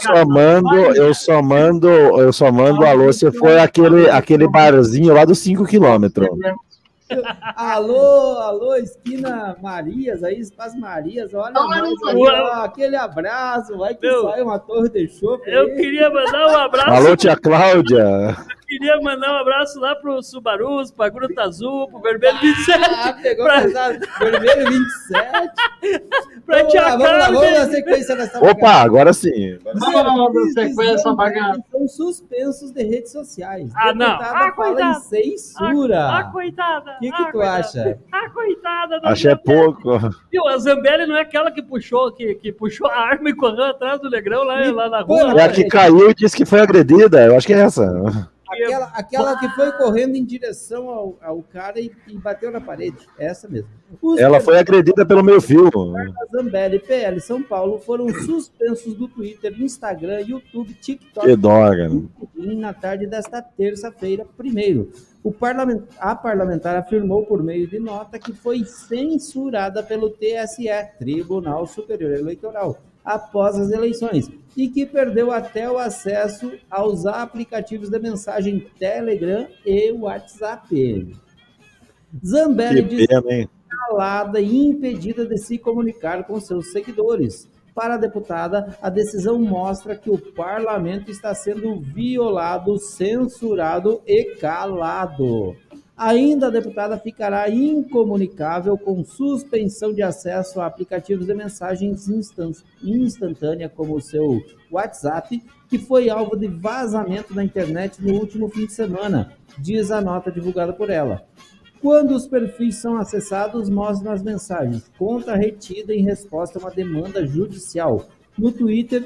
só mando alô se for aquele barzinho lá dos 5 km. Alô, esquina Marias, aí, Espaço Marias, olha nós aí, ó, aquele abraço, vai que sai uma torre de chope. Eu queria mandar um abraço. Alô, tia Cláudia. Queria mandar um abraço lá pro Subarus, pra Gruta Azul, pro Vermelho 27. Pegou pesado. Vermelho 27. Pra tia Carmen. Vamos na sequência dessa Opa, agora sim. Vamos na sequência dessa bagaça. São suspensos de redes sociais. Ah, não. Fala Coitada. em censura. Coitada. O que tu acha? Coitada. Achei pouco. Viu, a Zambelli não é aquela que puxou a arma e correu atrás do Negrão lá na rua. É a que caiu e disse que foi agredida. Eu acho que é essa. Aquela que foi correndo em direção ao cara e bateu na parede. Essa mesmo. Ela foi agredida pelo meu filho. Zambelli e PL São Paulo foram suspensos do Twitter, Instagram, YouTube, TikTok Que droga. e na tarde desta terça-feira, primeiro. A parlamentar afirmou por meio de nota que foi censurada pelo TSE, Tribunal Superior Eleitoral, após as eleições, e que perdeu até o acesso aos aplicativos de mensagem Telegram e WhatsApp. Zambelli disse calada e impedida de se comunicar com seus seguidores. Para a deputada, a decisão mostra que o parlamento está sendo violado, censurado e calado. Ainda a deputada ficará incomunicável com suspensão de acesso a aplicativos de mensagens instantânea, como o seu WhatsApp, que foi alvo de vazamento na internet no último fim de semana, diz a nota divulgada por ela. Quando os perfis são acessados, mostram as mensagens. Conta retida em resposta a uma demanda judicial. No Twitter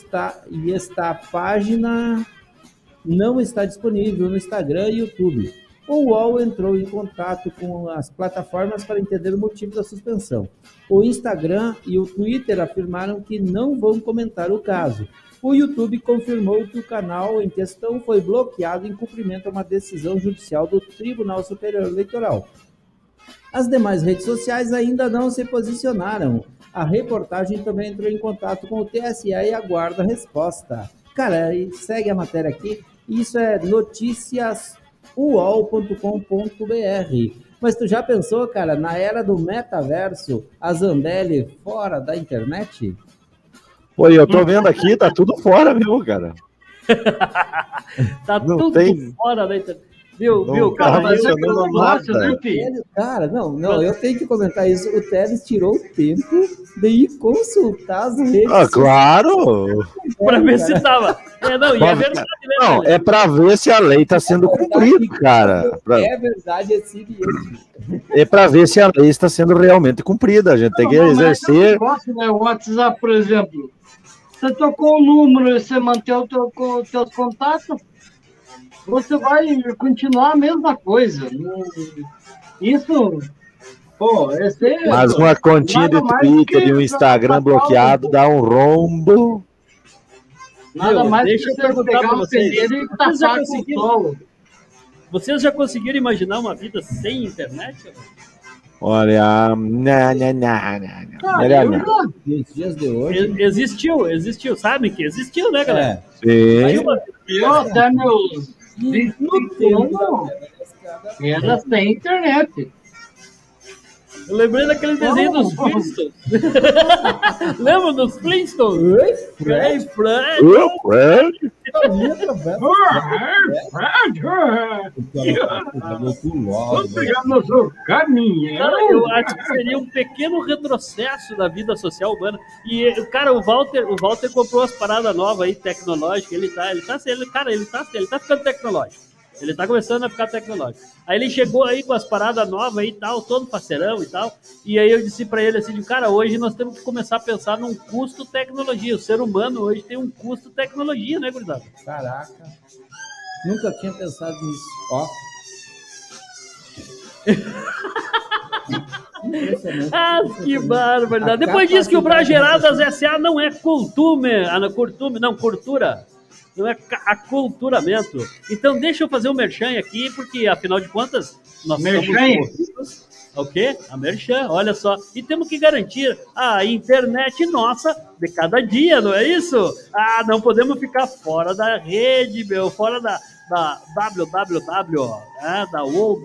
a página não está disponível no Instagram e YouTube. O UOL entrou em contato com as plataformas para entender o motivo da suspensão. O Instagram e o Twitter afirmaram que não vão comentar o caso. O YouTube confirmou que o canal em questão foi bloqueado em cumprimento a uma decisão judicial do Tribunal Superior Eleitoral. As demais redes sociais ainda não se posicionaram. A reportagem também entrou em contato com o TSE e aguarda a resposta. Cara, segue a matéria aqui. Isso é noticiasuol.com.br. Mas tu já pensou, cara, na era do metaverso, a Zambelli fora da internet? Pô, eu tô vendo aqui, tá tudo fora, viu, cara? Tá não tudo tem... fora da internet. Viu, cara? Tá Mas cara, não, eu tenho que comentar isso. O Teles tirou o tempo de ir consultar as redes. Ah, claro! Pra ver se tava. Não, e é verdade, né? Não, é pra ver se a lei tá sendo cumprida, cara. É verdade, é seguinte. É pra ver se a lei está sendo realmente cumprida. A gente tem que exercer. O WhatsApp, por exemplo. Você tocou o número e você mantém os teus contatos, você vai continuar a mesma coisa. Isso, pô, mas uma continha de Twitter e um Instagram bloqueado dá um rombo. Nada mais deixa que você pegar o peneiro e tacar com o solo. Vocês já conseguiram imaginar uma vida sem internet? Olha, Nos dias de hoje. Existiu, sabe que existiu, né, galera? Sim. Eu até meus 21 anos era sem internet. Eu lembrei daquele desenho dos Flintstones. Lembra dos Flintstones? Oi, Fred. Vamos pegar no seu caminho. Cara, eu acho que seria um pequeno retrocesso da vida social humana. E, cara, o Walter comprou as paradas novas aí, tecnológicas. Ele tá ficando tecnológico. Ele tá começando a ficar tecnológico. Aí ele chegou aí com as paradas novas aí e tal, todo parceirão e tal. E aí eu disse pra ele assim, cara, hoje nós temos que começar a pensar num custo tecnologia. O ser humano hoje tem um custo tecnologia, né, gurizada? Caraca. Nunca tinha pensado nisso. Ó. Que barbaridade. Depois diz que o Brageradas S.A. não é cultura. Não é aculturamento. Então deixa eu fazer um merchan aqui, porque afinal de contas, nós somos o quê? A merchan, olha só. E temos que garantir a internet nossa de cada dia, não é isso? Não podemos ficar fora da rede, fora da www, da World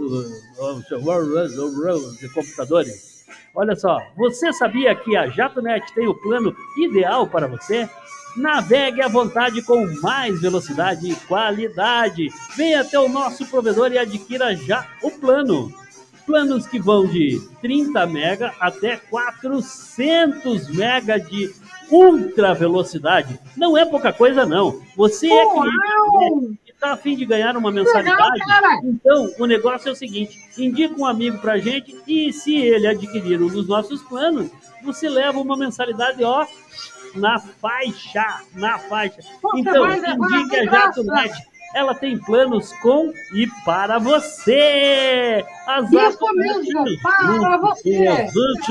de computadores. Olha só, você sabia que a JatoNet tem o plano ideal para você? Navegue à vontade com mais velocidade e qualidade. Venha até o nosso provedor e adquira já o plano. Planos que vão de 30 mega até 400 mega de ultra velocidade. Não é pouca coisa, não. Você é cliente e está a fim de ganhar uma mensalidade? Então, o negócio é o seguinte: indica um amigo pra gente e se ele adquirir um dos nossos planos, você leva uma mensalidade, ó, na faixa. Então, indique a JatoNet. Ela tem planos com e para você. Isso mesmo, para você.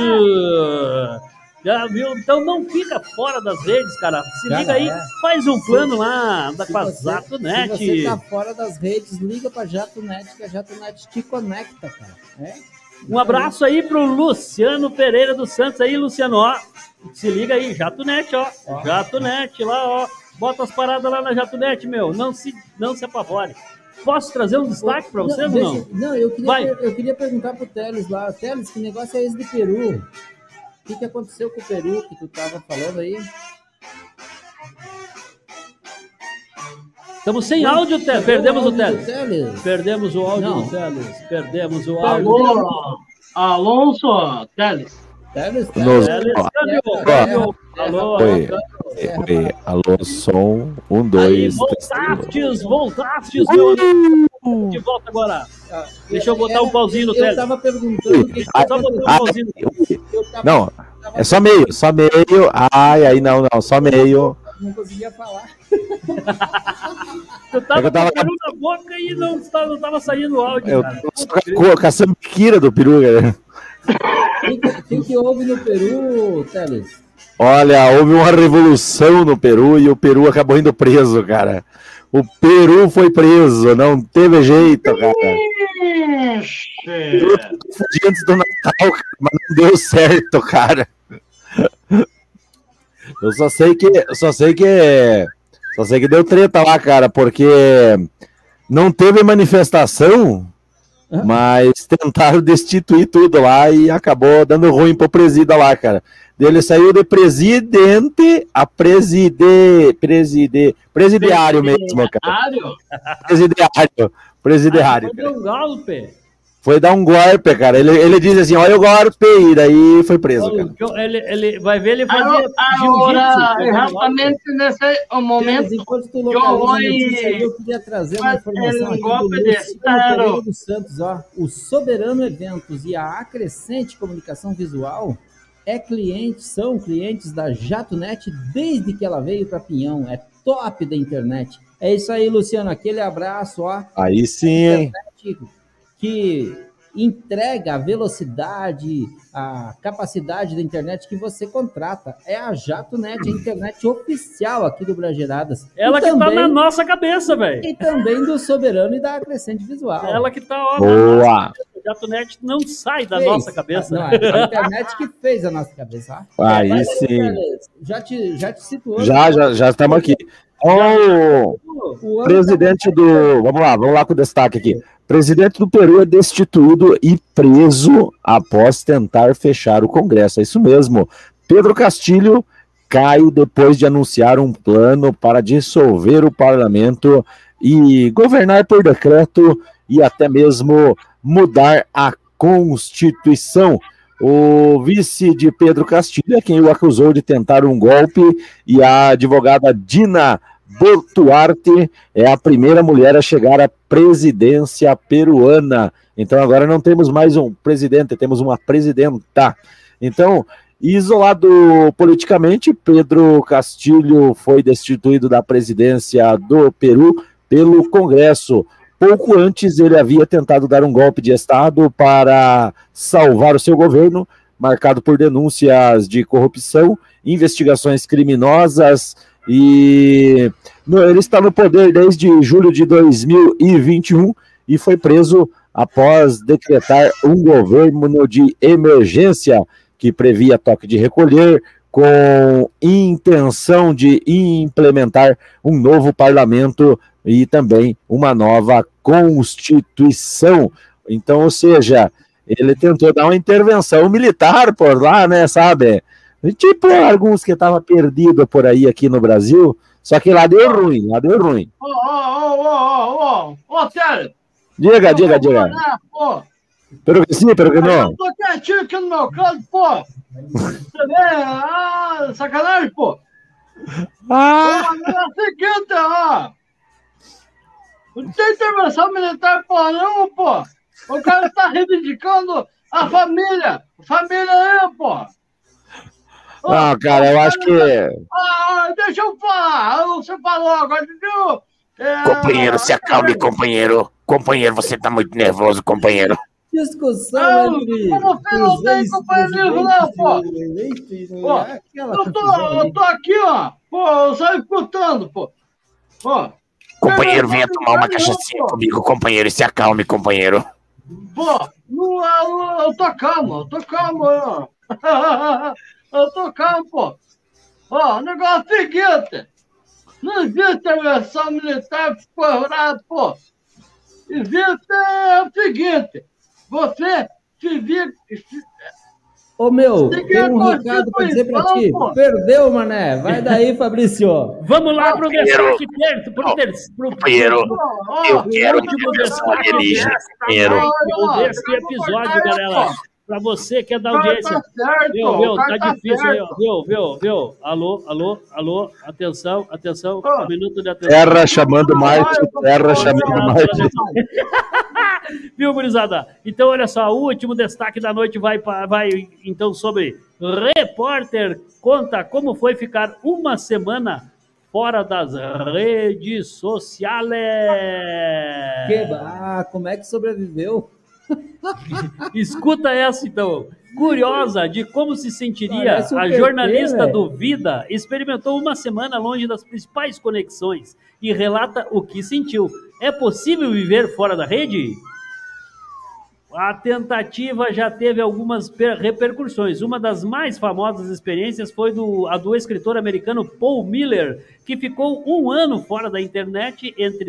Já viu? Então não fica fora das redes, cara. Se liga aí, faz um plano lá com a JatoNet. Se você tá fora das redes, liga pra JatoNet, que a JatoNet te conecta, cara. Um abraço aí pro Luciano Pereira dos Santos aí, Luciano, ó. Se liga aí, JatoNet, ó. JatoNet lá, ó. Bota as paradas lá na JatoNet, meu. Não se apavore. Posso trazer um destaque para vocês ou não? Não, eu queria perguntar pro Teles lá. Teles, que negócio é esse do Peru? O que aconteceu com o Peru que tu tava falando aí? Estamos sem áudio, Teles. Perdemos o Teles. Perdemos o áudio do Teles. Perdemos o áudio. Alô, Alonso, Teles. Teles. Alô. Oi. Alô, som. 1, 2, 3. Voltastes, meu amigo. De volta agora. Deixa eu botar um pauzinho no Teles. Eu tava perguntando. Só botar um pauzinho. Não, é só meio. Ai, aí não, só meio. Não conseguia falar. Eu tava com o peru na boca e não tava saindo o áudio. Eu tô caçando Kira do peru, galera. O que houve no Peru, Teles? Olha, houve uma revolução no Peru e o Peru acabou indo preso, cara. O Peru foi preso, não teve jeito, cara. Eu fui antes do Natal, cara, mas não deu certo, cara. Eu só sei que deu treta lá, cara, porque não teve manifestação, mas tentaram destituir tudo lá e acabou dando ruim pro presídio lá, cara. Ele saiu de presidente a presidiário mesmo, cara. Presidiário. Foi dar um golpe. Foi dar um golpe, cara. Ele diz assim, olha o golpe, e daí foi preso, cara. Ele vai ver, ele fazia agora, exatamente nesse momento, enquanto tu eu queria trazer uma informação golpe de Estado dos Santos, ó. O Soberano Eventos e a Acrescente Comunicação Visual são clientes da JatoNet desde que ela veio para Pinhão. É top da internet. É isso aí, Luciano. Aquele abraço, ó. Aí sim, hein? Que entrega a velocidade, a capacidade da internet que você contrata. É a JatoNet, a internet oficial aqui do Brajeiradas. Ela que tá na nossa cabeça, velho. E também do Soberano e da Acrescente Visual. Ela que tá, ó. Boa! A JatoNet não sai da nossa cabeça. Não, é a internet que fez a nossa cabeça. Aí sim. Já te situou. Já estamos aqui. O presidente do... Vamos lá com o destaque aqui. Presidente do Peru é destituído e preso após tentar fechar o Congresso. É isso mesmo. Pedro Castilho cai depois de anunciar um plano para dissolver o parlamento e governar por decreto e até mesmo mudar a Constituição. O vice de Pedro Castilho é quem o acusou de tentar um golpe e a advogada Dina Boluarte é a primeira mulher a chegar à presidência peruana. Então agora não temos mais um presidente, temos uma presidenta. Então, isolado politicamente, Pedro Castilho foi destituído da presidência do Peru pelo Congresso. Pouco antes ele havia tentado dar um golpe de Estado para salvar o seu governo, marcado por denúncias de corrupção, investigações criminosas, e ele está no poder desde julho de 2021 e foi preso após decretar um governo de emergência que previa toque de recolher, com intenção de implementar um novo parlamento e também uma nova Constituição. Então, ou seja, ele tentou dar uma intervenção militar por lá, né, sabe? Tipo alguns que estavam perdidos por aí aqui no Brasil, só que lá deu ruim, Otário! Diga. Pero que sim, pero que não. Eu tô quietinho aqui no meu canto, pô! Você vê? Sacanagem, pô! É o seguinte, ó! Não tem intervenção militar porra nenhuma, pô! O cara tá reivindicando a família! Família aí, pô! Não, cara, eu acho que... deixa eu falar! Você falou agora, entendeu? Companheiro, se acalme, companheiro. Companheiro, você tá muito nervoso, companheiro. Discussão entre... Como você não tem companheirismo, não, pô? Eu tô aqui, ó. Pô, eu saio escutando, pô. Companheiro, venha tomar uma cachaçinha comigo, companheiro, e se acalme, companheiro. Pô, eu tô calmo, ó. Eu tô calmo, pô. O negócio é o seguinte. Não existe intervenção militar, pô. Existe o seguinte. Você se vira... Ô, meu, tem um recado pra dizer pra ti. Pô. Perdeu, mané. Vai daí, Fabrício. Vamos lá pro destaque companheiro, eu quero intervenção alienígena, companheiro. Desse episódio, galera. Pra você que é da audiência. Tá difícil aí, ó. Viu? Alô, atenção. Um minuto de atenção. Terra chamando Marte. Viu, gurizada? Então, olha só, o último destaque da noite vai então sobre repórter conta como foi ficar uma semana fora das redes sociais. Como é que sobreviveu? Escuta essa, então. Curiosa de como se sentiria, a jornalista do Vida experimentou uma semana longe das principais conexões e relata o que sentiu. É possível viver fora da rede? A tentativa já teve algumas repercussões. Uma das mais famosas experiências foi a do escritor americano Paul Miller, que ficou 1 ano fora da internet entre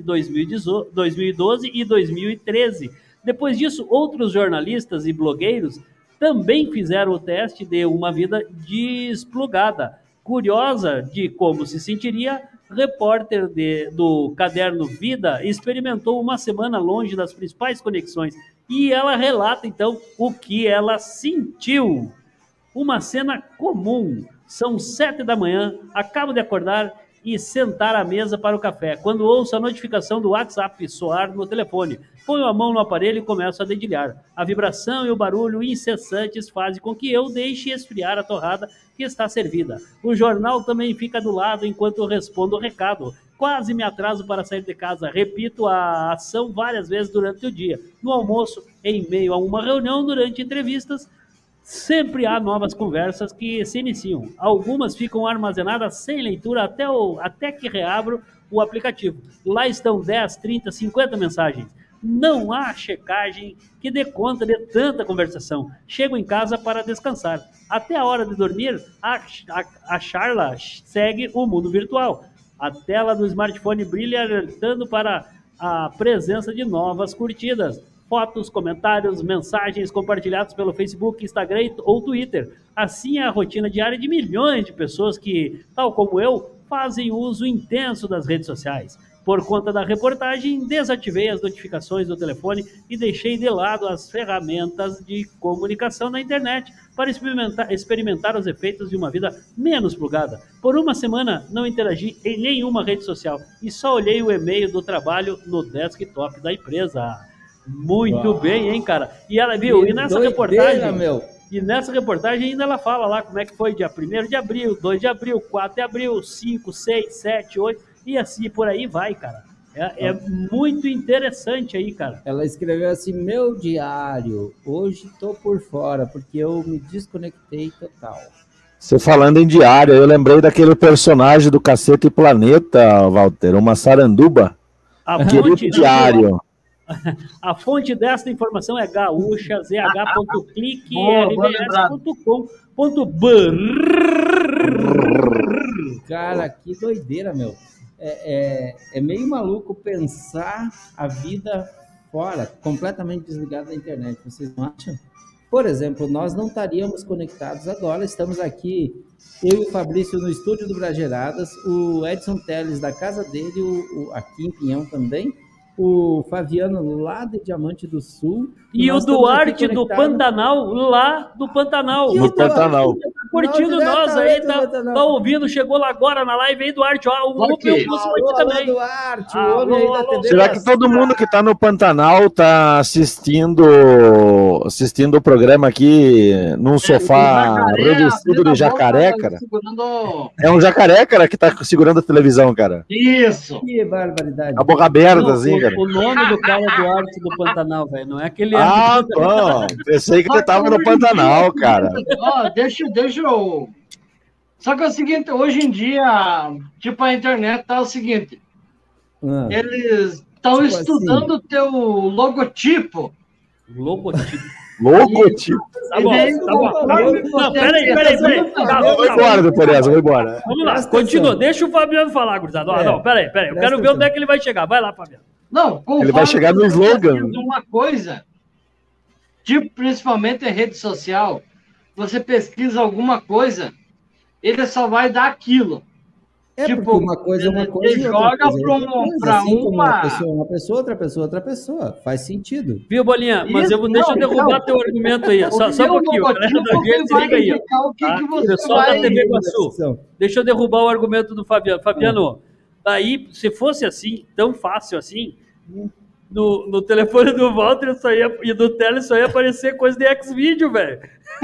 2012 e 2013. Depois disso, outros jornalistas e blogueiros também fizeram o teste de uma vida desplugada. Curiosa de como se sentiria, repórter do caderno Vida experimentou uma semana longe das principais conexões e ela relata, então, o que ela sentiu. Uma cena comum. São 7 da manhã, acabo de acordar e sentar à mesa para o café, quando ouço a notificação do WhatsApp soar no telefone. Ponho a mão no aparelho e começo a dedilhar. A vibração e o barulho incessantes fazem com que eu deixe esfriar a torrada que está servida. O jornal também fica do lado enquanto eu respondo o recado. Quase me atraso para sair de casa. Repito a ação várias vezes durante o dia. No almoço, em meio a uma reunião, durante entrevistas, sempre há novas conversas que se iniciam. Algumas ficam armazenadas sem leitura até que reabro o aplicativo. Lá estão 10, 30, 50 mensagens. Não há checagem que dê conta de tanta conversação. Chego em casa para descansar. Até a hora de dormir, a charla segue o mundo virtual. A tela do smartphone brilha alertando para a presença de novas curtidas. Fotos, comentários, mensagens compartilhadas pelo Facebook, Instagram ou Twitter. Assim é a rotina diária de milhões de pessoas que, tal como eu, fazem uso intenso das redes sociais. Por conta da reportagem, desativei as notificações do telefone e deixei de lado as ferramentas de comunicação na internet para experimentar os efeitos de uma vida menos plugada. Por uma semana, não interagi em nenhuma rede social e só olhei o e-mail do trabalho no desktop da empresa. Muito bem, hein, cara? E ela viu, e nessa reportagem... E nessa reportagem ainda ela fala lá como é que foi dia 1º de abril, 2 de abril, 4 de abril, 5, 6, 7, 8... E assim, por aí vai, cara. É muito interessante aí, cara. Ela escreveu assim, meu diário, hoje tô por fora, porque eu me desconectei total. Você falando em diário, eu lembrei daquele personagem do Cacete e Planeta, Walter, uma saranduba. Querido diário. A fonte desta informação é gaúcha, zh.clique.rbs.com.br. Cara, que doideira, meu. É meio maluco pensar a vida fora, completamente desligada da internet. Vocês não acham? Por exemplo, nós não estaríamos conectados agora. Estamos aqui, eu e o Fabrício no estúdio do Brageiradas, o Edson Teles da casa dele, aqui em Pinhão também, o Fabiano lá de Diamante do Sul. E o Duarte do Pantanal, lá do Pantanal. No Pantanal. Tá curtindo nós aí, tá ouvindo, chegou lá agora na live aí, Duarte. Ó, o meu curte também. Duarte, o homem aí da TV. Será que todo mundo que tá no Pantanal tá assistindo o programa aqui num sofá revestido de jacaré, cara? É um jacaré, cara, que tá segurando a televisão, cara. Isso! Que barbaridade. A boca aberta, assim, cara. O nome do cara é Duarte do Pantanal, velho. Não é aquele. Ah, bom. Pensei que ele tava no Pantanal, cara. Ó, deixa eu. Só que é o seguinte, hoje em dia, tipo, a internet tá o seguinte. Eles estão tipo estudando o teu logotipo. Logotipo. Tá bom. Não, peraí. Vou embora, doutor Tereza, vou embora. Vamos lá, continua. Deixa o Fabiano falar, gurizada. Não, peraí. Eu quero ver onde é que ele vai chegar. Vai lá, Fabiano. Não, ele vai chegar no slogan. Uma coisa, tipo, principalmente em rede social, você pesquisa alguma coisa, ele só vai dar aquilo. Tipo, uma coisa é uma coisa. Ele joga para uma pessoa, outra pessoa. Faz sentido. Viu, Bolinha? Mas deixa eu derrubar teu argumento aí. Só um pouquinho. Liga aí. Pessoal da TV Iguaçu. Deixa eu derrubar o argumento do Fabiano. Fabiano, aí, se fosse assim, tão fácil assim, no telefone do Walter e do Tele só ia aparecer coisa de X-Video, velho.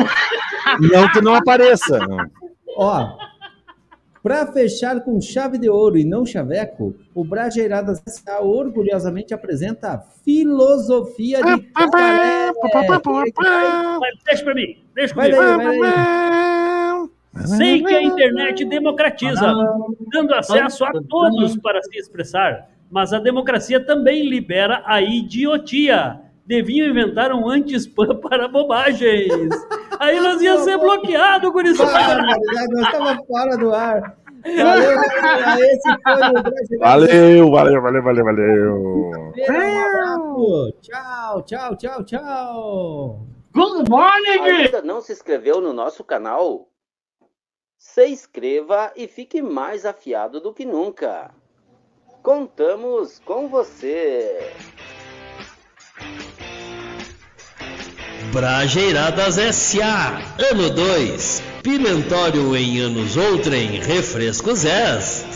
Não que não apareça. Ó, para fechar com chave de ouro e não chaveco, o Brageiradas S.A. orgulhosamente apresenta a filosofia de Cacaré. Deixa pra mim. Deixa comigo. Vai daí. Sei que a internet democratiza, dando acesso a todos para se expressar, mas a democracia também libera a idiotia. Deviam inventar um anti-spam para bobagens. Aí nós ia ser bloqueado, gurizada. Nós estávamos fora do ar. Esse foi o Valeu. Um abraço. Tchau. Good morning! Ainda não se inscreveu no nosso canal? Se inscreva e fique mais afiado do que nunca. Contamos com você. Brageiradas S.A. Ano 2. Pimentório em anos outrem, refrescos S.